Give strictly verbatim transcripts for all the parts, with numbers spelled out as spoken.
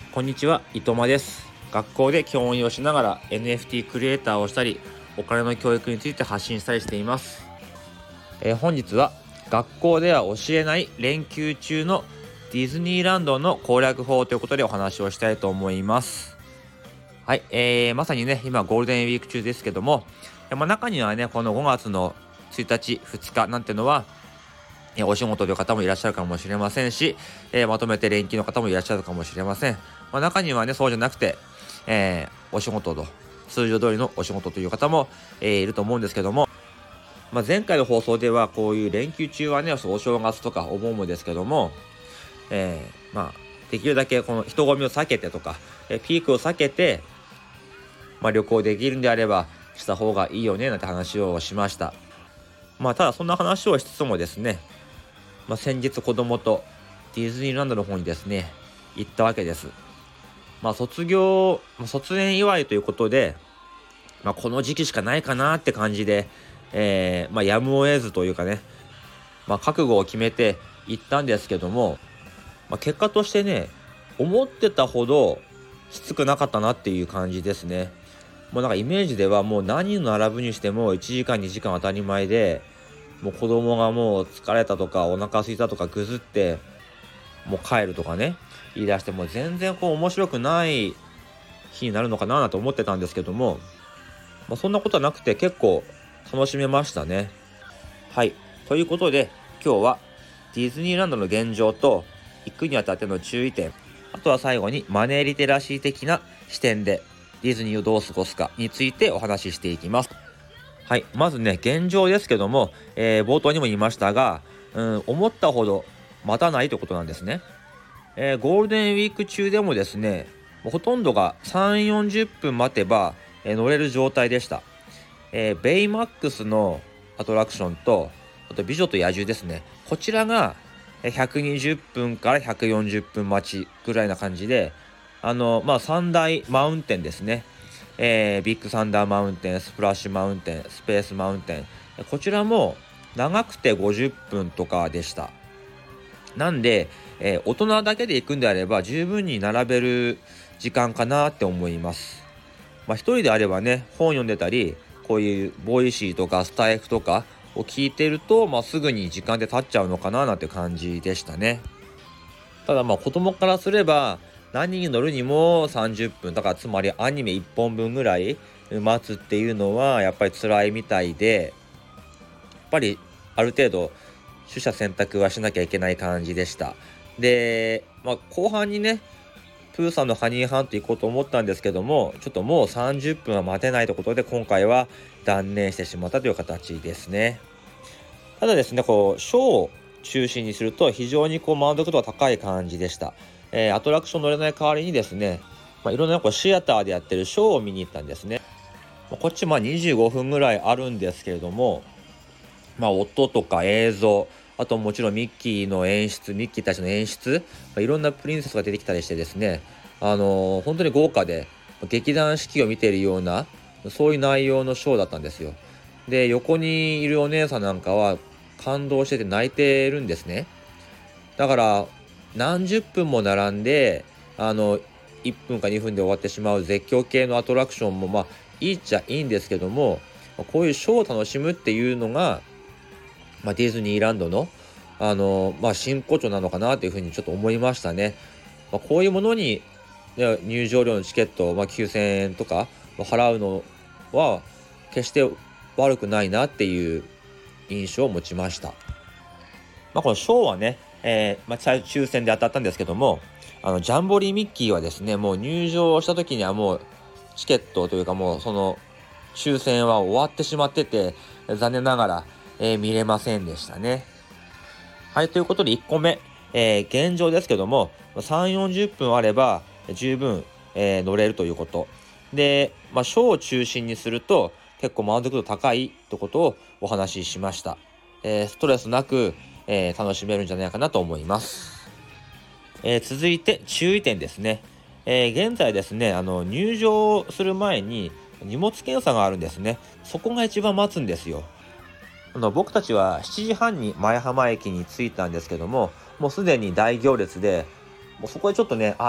こんにちは、伊藤間です。学校で教員をしながら エヌエフティー クリエイターをしたり、お金の教育について発信したりしています。えー、本日は学校では教えない連休中のディズニーランドの攻略法ということでお話をしたいと思います。はい、えー、まさにね、今ゴールデンウィーク中ですけども、まあ、中にはね、このごがつのついたち、ふつかなんてのは、お仕事という方もいらっしゃるかもしれませんし、えー、まとめて連休の方もいらっしゃるかもしれません。まあ、中にはね、そうじゃなくて、えー、お仕事と通常通りのお仕事という方も、えー、いると思うんですけども、まあ、前回の放送ではこういう連休中はね、お正月とかお盆もですけども、えー、まあできるだけこの人混みを避けてとか、えー、ピークを避けて、まあ、旅行できるんであればした方がいいよねなんて話をしました。まあただそんな話をしつつもですね、まあ、先日子供とディズニーランドの方にですね行ったわけです。まあ卒業卒園祝いということで、まあ、この時期しかないかなって感じで、えー、まあやむを得ずというかね、まあ、覚悟を決めて行ったんですけども、まあ、結果としてね思ってたほどきつくなかったなっていう感じですね。もうなんかイメージではもう何人並ぶにしてもいちじかんにじかん当たり前で、もう子供がもう疲れたとかお腹空いたとかぐずってもう帰るとかね言い出して、もう全然こう面白くない日になるのかなと思ってたんですけども、まあ、そんなことはなくて結構楽しめましたね。はい、ということで今日はディズニーランドの現状と行くにあたっての注意点、あとは最後にマネーリテラシー的な視点でディズニーをどう過ごすかについてお話ししていきます。はい、まずね現状ですけども、えー、冒頭にも言いましたが、うん、思ったほど待たないということなんですね。えー、ゴールデンウィーク中でもですね、ほとんどがさんじゅう、よんじゅっぷん待てば、えー、乗れる状態でした。えー、ベイマックスのアトラクションと、あと美女と野獣ですね、こちらがひゃくにじゅっぷんからひゃくよんじゅっぷん待ちぐらいな感じで、あのまあさん大マウンテンですね、えー、ビッグサンダーマウンテン、スプラッシュマウンテン、スペースマウンテン、こちらも長くてごじゅっぷんとかでした。なんで、えー、大人だけで行くんであれば十分に並べる時間かなって思います。まあ一人であればね、本読んでたり、こういうボイシーとかスタイフとかを聞いてると、まあ、すぐに時間で経っちゃうのかななんて感じでしたね。ただまあ子供からすれば何に乗るにもさんじゅっぷんだから、つまりアニメいっぽんぶんぐらい待つっていうのはやっぱり辛いみたいで、やっぱりある程度取捨選択はしなきゃいけない感じでした。で、まあ、後半にねプーさんのハニーハント行こうと思ったんですけども、ちょっともうさんじゅっぷんは待てないということで今回は断念してしまったという形ですね。ただですね、こうショーを中心にすると非常にこう満足度が高い感じでした。えー、アトラクション乗れない代わりにですね、まあ、いろんなこうシアターでやってるショーを見に行ったんですね。まあ、こっちまあにじゅうごふんぐらいあるんですけれども、まあ、音とか映像、あともちろんミッキーの演出、ミッキーたちの演出、まあ、いろんなプリンセスが出てきたりしてですね、あのー、本当に豪華で劇団四季を見ているようなそういう内容のショーだったんですよ。で、横にいるお姉さんなんかは感動してて泣いてるんですね。だから何十分も並んで、あのいっぷんかにふんで終わってしまう絶叫系のアトラクションもまあいいっちゃいいんですけども、こういうショーを楽しむっていうのが、まあ、ディズニーランドのあの、まあ、真骨頂なのかなというふうにちょっと思いましたね。まあ、こういうものに、ね、入場料のチケット、まあ、きゅうせんえんとか払うのは決して悪くないなっていう印象を持ちました。まあ、このショーはね、えーまあ、抽選で当たったんですけども、あのジャンボリーミッキーはですね、もう入場した時にはもうチケットというかもうその抽選は終わってしまってて、残念ながら、えー、見れませんでしたね。はい、ということでいっこめ、えー、現状ですけどもさんじゅう、よんじゅっぷんあれば十分、えー、乗れるということで、まあ、ショーを中心にすると結構満足度高いということをお話ししました。えー、ストレスなく、えー、楽しめるんじゃないかなと思います。えー、続いて注意点ですね。えー、現在ですね、あの入場する前に荷物検査があるんですね。そこが一番待つんですよ。あの僕たちはしちじはんに舞浜駅に着いたんですけども、もうすでに大行列で、もうそこでちょっとね、あ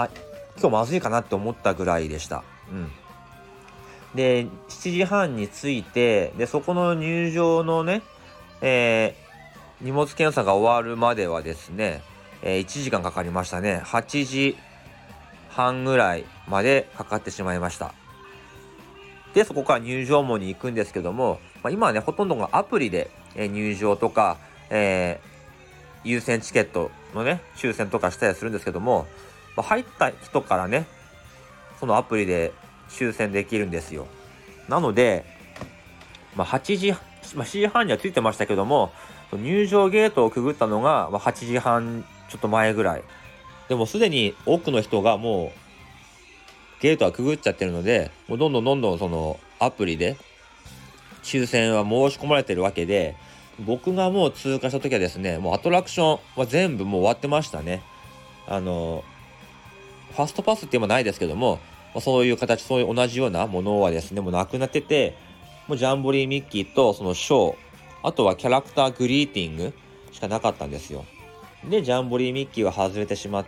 今日まずいかなって思ったぐらいでした。うん。で、しちじはんに着いて、で、そこの入場のね、えー、荷物検査が終わるまではですね、えー、いちじかんかかりましたね。はちじはんぐらいまでかかってしまいました。で、そこから入場門に行くんですけども、まあ、今はね、ほとんどがアプリで、えー、入場とか、えー、優先チケットのね、抽選とかしたりするんですけども、まあ、入った人からね、そのアプリで抽選できるんですよ。なので、まあ、はちじ、まあ、しちじはんには着いてましたけども、入場ゲートをくぐったのが、まあ、はちじはんちょっと前ぐらい。でもすでに多くの人がもうゲートはくぐっちゃってるので、もうどんどんどんどんそのアプリで抽選は申し込まれてるわけで、僕がもう通過した時はですね、もうアトラクションは全部もう終わってましたね。あのファストパスっていうのはないですけども、まあ、そういう形、そういう同じようなものはですね、もうなくなってて、もうジャンボリーミッキーとそのショー、あとはキャラクターグリーティングしかなかったんですよ。で、ジャンボリーミッキーは外れてしまって、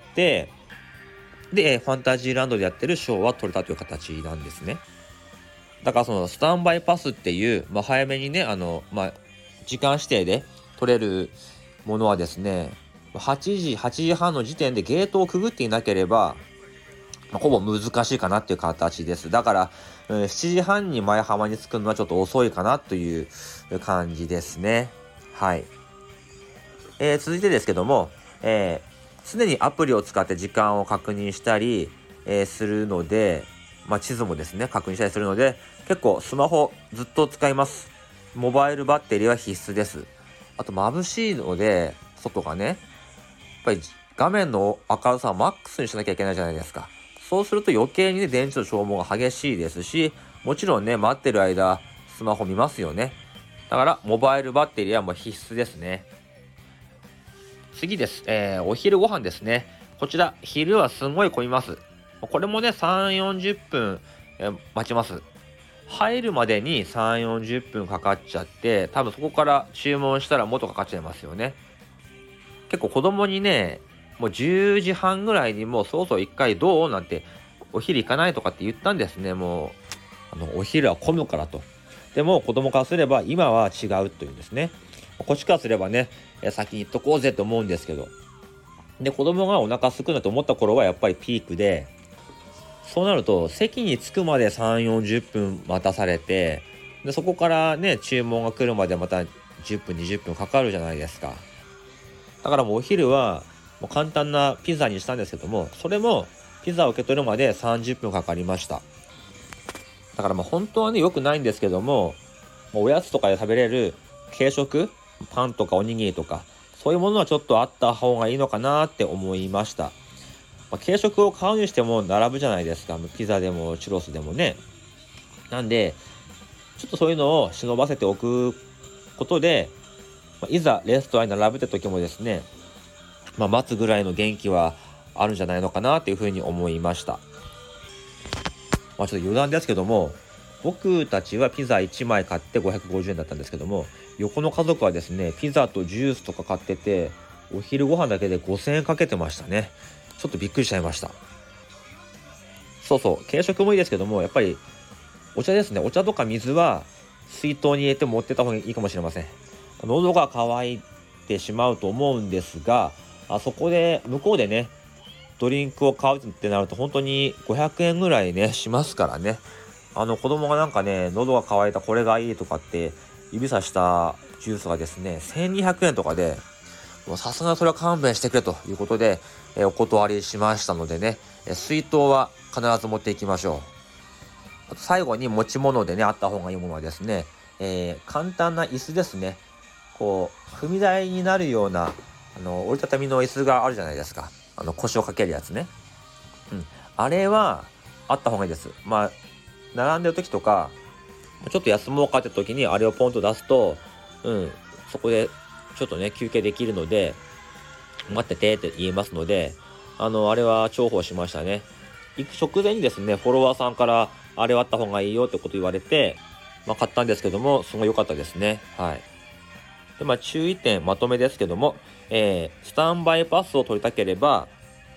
で、ファンタジーランドでやってるショーは取れたという形なんですね。だからそのスタンバイパスっていう、まあ、早めにね、あの、まあ、時間指定で取れるものはですね、はちじ、はちじはんの時点でゲートをくぐっていなければ、まあ、ほぼ難しいかなっていう形です。だから、うん、しちじはんに前浜に着くのはちょっと遅いかなという感じですね。はい。えー、続いてですけども、えー、常にアプリを使って時間を確認したり、えー、するので、まあ、地図もですね、確認したりするので、結構スマホずっと使います。モバイルバッテリーは必須です。あと眩しいので、外がね、やっぱり画面の明るさをマックスにしなきゃいけないじゃないですか。そうすると余計にね、電池の消耗が激しいですし、もちろんね、待ってる間、スマホ見ますよね。だから、モバイルバッテリーはもう必須ですね。次です。えー、お昼ご飯ですね。こちら、昼はすごい混みます。これもね、さん、よんじゅっぷん、えー、待ちます。入るまでにさん、よんじゅっぷんかかっちゃって、多分そこから注文したらもっとかかっちゃいますよね。結構子供にね、もうじゅうじはんぐらいにもうそろそろ一回どうなんて、お昼行かないとかって言ったんですね。もう、あの、お昼は混むからと。でも子供からすれば今は違うというんですね。こっちからすればね、先に行っとこうぜと思うんですけど。で、子供がお腹すくなと思った頃はやっぱりピークで、そうなると席に着くまでさん、よんじゅっぷん待たされて、で、そこからね、注文が来るまでまたじゅっぷん、にじゅっぷんかかるじゃないですか。だからもうお昼はもう簡単なピザにしたんですけども、それもピザを受け取るまでさんじゅっぷんかかりました。だからまあ本当はね、良くないんですけども、おやつとかで食べれる軽食、パンとかおにぎりとか、そういうものはちょっとあった方がいいのかなって思いました。まあ、軽食を買うにしても並ぶじゃないですか。ピザでもチュロスでもね。なんで、ちょっとそういうのを忍ばせておくことで、まあ、いざレストランに並ぶって時もですね、まあ、待つぐらいの元気はあるんじゃないのかなっていうふうに思いました。まあ、ちょっと余談ですけども、僕たちはピザいちまい買ってごひゃくごじゅうえんだったんですけども、横の家族はですね、ピザとジュースとか買ってて、お昼ご飯だけでごせんえんかけてましたね。ちょっとびっくりしちゃいました。そうそう、軽食もいいですけども、やっぱりお茶ですね。お茶とか水は水筒に入れて持ってった方がいいかもしれません。喉が渇いてしまうと思うんですが、あそこで向こうでね、ドリンクを買うってなると本当にごひゃくえんぐらいねしますからね。あの子供がなんかね、喉が渇いたこれがいいとかって指さしたジュースがですねせんにひゃくえんとかで、もうさすがにそれは勘弁してくれということで、えー、お断りしましたのでね、えー、水筒は必ず持っていきましょう。あと最後に持ち物でねあった方がいいものはですね、えー、簡単な椅子ですね。こう踏み台になるようなあの折りたたみの椅子があるじゃないですか。あの腰をかけるやつね。うん、あれはあった方がいいです。まあ並んでる時とかちょっと休もうかって時にあれをポンと出すと、うん、そこでちょっとね休憩できるので、待っててって言えますので、あのあれは重宝しましたね。行く直前にですねフォロワーさんからあれはあった方がいいよってこと言われて、まあ、買ったんですけども、すごい良かったですね。はい。で、まあ、注意点まとめですけども、えー、スタンバイパスを取りたければ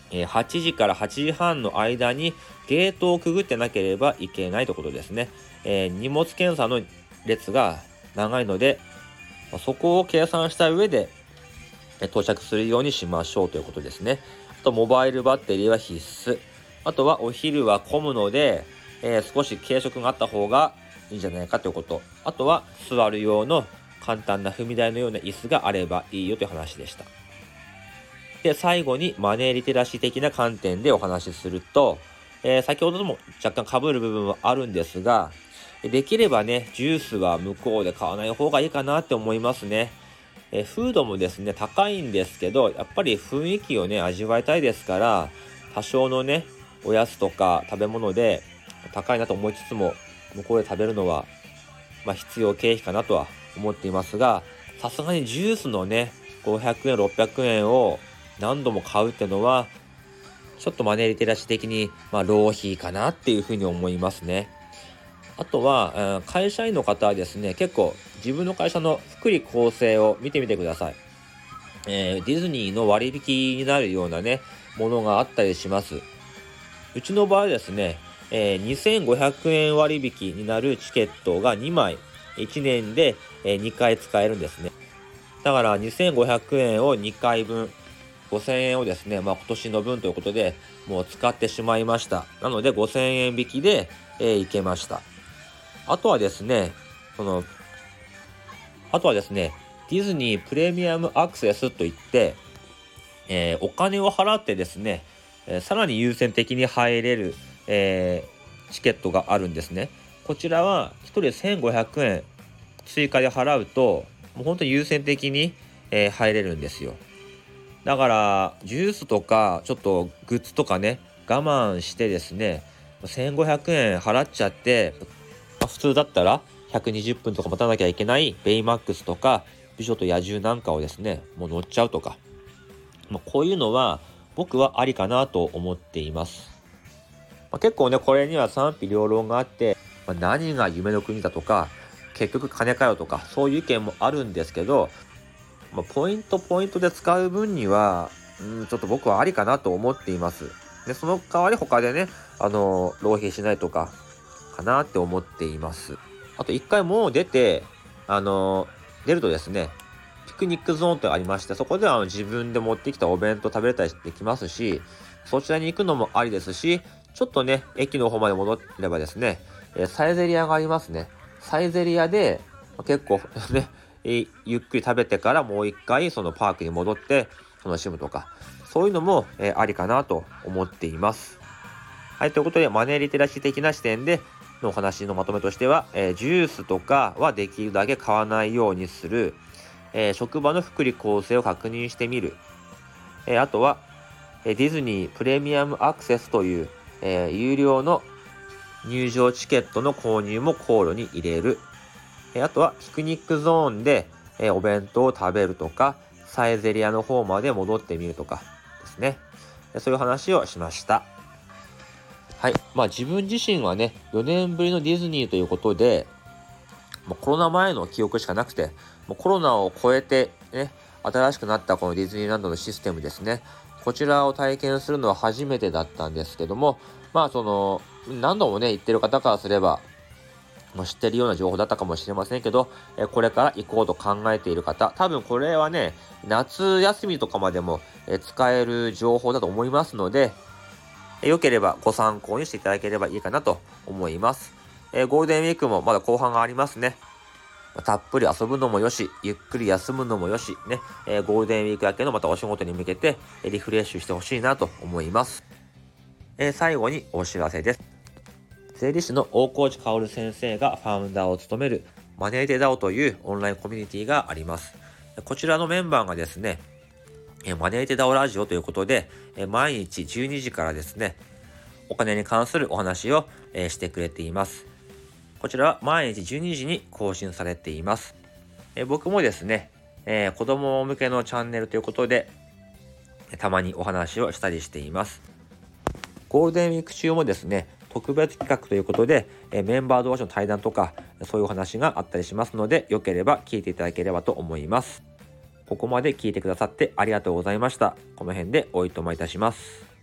えー、はちじからはちじはんの間にゲートをくぐってなければいけないということですね。えー、荷物検査の列が長いので、そこを計算した上で到着するようにしましょうということですね。あとモバイルバッテリーは必須。あとはお昼は混むので、えー、少し軽食があった方がいいんじゃないかということ。あとは座る用の簡単な踏み台のような椅子があればいいよという話でした。で、最後にマネーリテラシー的な観点でお話しすると、えー、先ほどとも若干被る部分はあるんですが、できればね、ジュースは向こうで買わない方がいいかなって思いますね。えー、フードもですね、高いんですけど、やっぱり雰囲気をね、味わいたいですから、多少のね、おやつとか食べ物で高いなと思いつつも、向こうで食べるのは、まあ、必要経費かなとは思っていますが、さすがにジュースのね、ごひゃくえん、ろっぴゃくえんを何度も買うってのは、ちょっとマネーリテラシー的に、まあ、浪費かなっていうふうに思いますね。あとは、会社員の方はですね、結構自分の会社の福利厚生を見てみてください。えー、ディズニーの割引になるようなね、ものがあったりします。うちの場合ですね、えー、にせんごひゃくえん割引になるチケットがにまい、いちねんでにかい使えるんですね。だからにせんごひゃくえんをにかいぶん、ごせんえんをですね、まあ、今年の分ということでもう使ってしまいました。なのでごせんえん引きで、えー、行けました。あとはですね、その、あとはですね、ディズニープレミアムアクセスといって、えー、お金を払ってですね、えー、さらに優先的に入れる、えー、チケットがあるんですね。こちらはひとりせんごひゃくえん追加で払うと、もう本当に優先的に、えー、入れるんですよ。だからジュースとかちょっとグッズとかね、我慢してですね、せんごひゃくえん払っちゃって、まあ、普通だったらひゃくにじゅっぷんとか待たなきゃいけないベイマックスとか美女と野獣なんかをですね、もう乗っちゃうとか、まあ、こういうのは僕はありかなと思っています。まあ、結構ね、これには賛否両論があって、まあ、何が夢の国だとか、結局金かよとか、そういう意見もあるんですけど、まあ、ポイントポイントで使う分には、うん、ちょっと僕はありかなと思っています。で、その代わり他でね、あの浪費しないとかかなって思っています。あと一回もう出て、あの出るとですね、ピクニックゾーンってありまして、そこではあの自分で持ってきたお弁当食べれたりできますし、そちらに行くのもありですし、ちょっとね、駅の方まで戻ればですね、えーサイゼリヤがありますね。サイゼリヤで、まあ、結構ね、ゆっくり食べてからもう一回そのパークに戻って楽しむとか、そういうのも、えーありかなと思っています。はい、ということでマネーリテラシー的な視点でのお話のまとめとしては、えージュースとかはできるだけ買わないようにする、えー職場の福利厚生を確認してみる、えーあとは、えーディズニープレミアムアクセスという、えー有料の入場チケットの購入も考慮に入れる、えーあとはピクニックゾーンで、えーお弁当を食べるとか、サイゼリヤの方まで戻ってみるとかですね、そういう話をしました。はい、まあ自分自身はね、よねんぶりのディズニーということで、もうコロナ前の記憶しかなくて、もうコロナを超えてね、新しくなったこのディズニーランドのシステムですね、こちらを体験するのは初めてだったんですけども、まあその何度もね行ってる方からすればもう知ってるような情報だったかもしれませんけど、えこれから行こうと考えている方、多分これはね、夏休みとかまでもえ使える情報だと思いますので、良ければご参考にしていただければいいかなと思います。えー、ゴールデンウィークもまだ後半がありますね。たっぷり遊ぶのもよし、ゆっくり休むのもよし、ね、えー、ゴールデンウィーク明けのまたお仕事に向けてリフレッシュしてほしいなと思います。えー、最後にお知らせです。税理士の大河内薫先生がファウンダーを務めるマネーデダオというオンラインコミュニティがあります。こちらのメンバーがですね、マネーテダオラジオということで、毎日じゅうにじからですね、お金に関するお話をしてくれています。こちらは毎日じゅうにじに更新されています。僕もですね、子供向けのチャンネルということで、たまにお話をしたりしています。ゴールデンウィーク中もですね、特別企画ということで、メンバー同士の対談とか、そういうお話があったりしますので、よければ聞いていただければと思います。ここまで聞いてくださってありがとうございました。この辺でおいとまいたします。